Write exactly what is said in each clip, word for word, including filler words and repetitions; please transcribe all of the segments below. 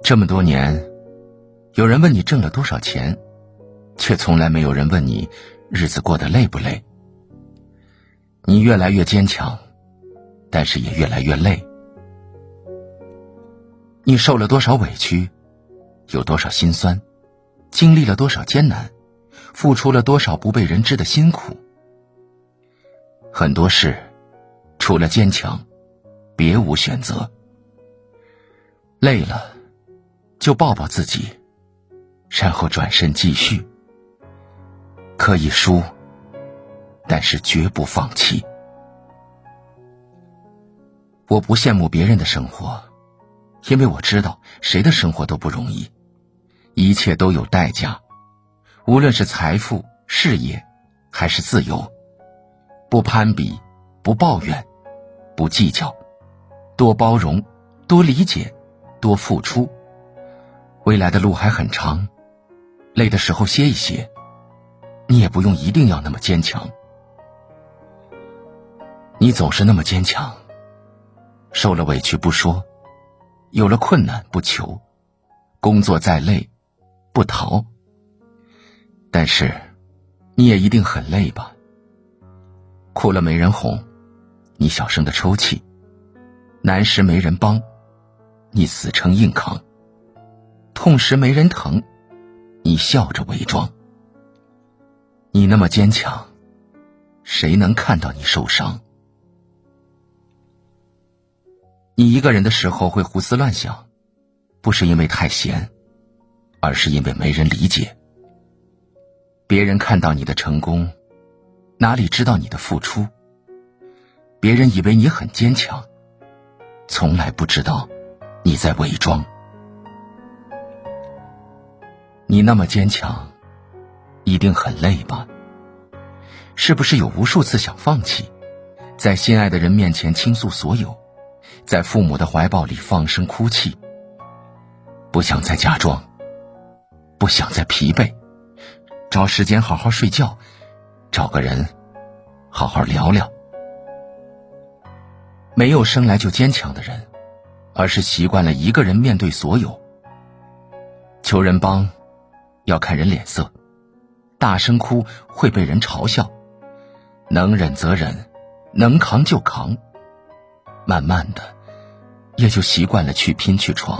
这么多年，有人问你挣了多少钱，却从来没有人问你日子过得累不累。你越来越坚强，但是也越来越累。你受了多少委屈，有多少心酸，经历了多少艰难，付出了多少不被人知的辛苦。很多事，除了坚强，别无选择。累了，就抱抱自己，然后转身继续。可以输，但是绝不放弃。我不羡慕别人的生活，因为我知道谁的生活都不容易，一切都有代价，无论是财富、事业还是自由。不攀比，不抱怨，不计较，多包容，多理解，多付出。未来的路还很长，累的时候歇一歇，你也不用一定要那么坚强。你总是那么坚强，受了委屈不说，有了困难不求，工作再累不逃。但是你也一定很累吧？哭了没人哄，你小声的抽泣；难时没人帮，你死撑硬扛；痛时没人疼，你笑着伪装。你那么坚强，谁能看到你受伤？你一个人的时候会胡思乱想，不是因为太闲，而是因为没人理解。别人看到你的成功，哪里知道你的付出？别人以为你很坚强，从来不知道你在伪装。你那么坚强，一定很累吧？是不是有无数次想放弃，在心爱的人面前倾诉所有，在父母的怀抱里放声哭泣？不想再假装，不想再疲惫，找时间好好睡觉，找个人好好聊聊。没有生来就坚强的人，而是习惯了一个人面对所有。求人帮要看人脸色，大声哭会被人嘲笑，能忍则忍，能扛就扛，慢慢的也就习惯了去拼去闯。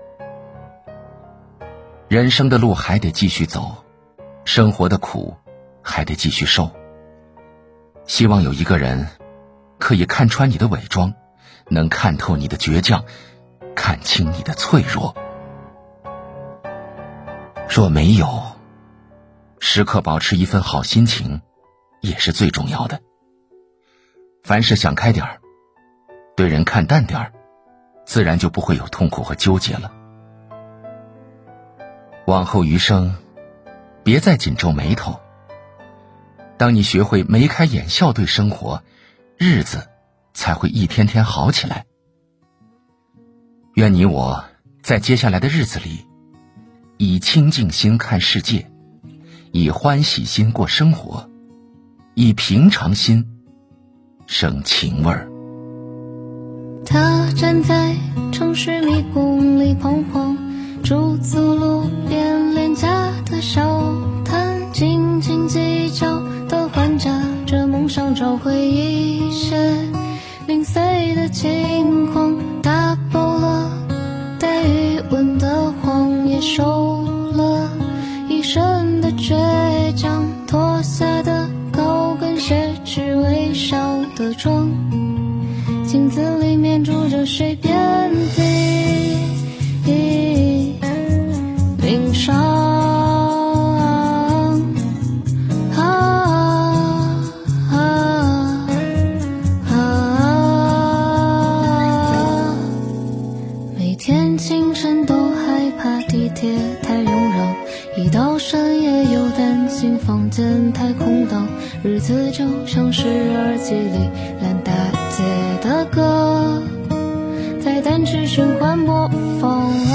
人生的路还得继续走，生活的苦还得继续受。希望有一个人可以看穿你的伪装，能看透你的倔强，看清你的脆弱。若没有，时刻保持一份好心情也是最重要的。凡事想开点儿，对人看淡点儿，自然就不会有痛苦和纠结了。往后余生，别再紧皱眉头。当你学会眉开眼笑对生活，日子才会一天天好起来。愿你我在接下来的日子里，以清净心看世界，以欢喜心过生活，以平常心生情味儿。 他站在城市迷宫里彷徨，驻足路边廉价的小摊，斤斤计较的还价着梦想，找回一些零碎的轻狂，打爆了带余温的谎，也收了一身的倔强，脱下的高跟鞋，只微笑的妆，镜子里面住着谁遍地鳞伤。啊啊啊！每天清晨都害怕地铁太拥攘，一到深夜又担心房间太空荡，日子就像是耳机里烂大街的歌，在单曲循环播放。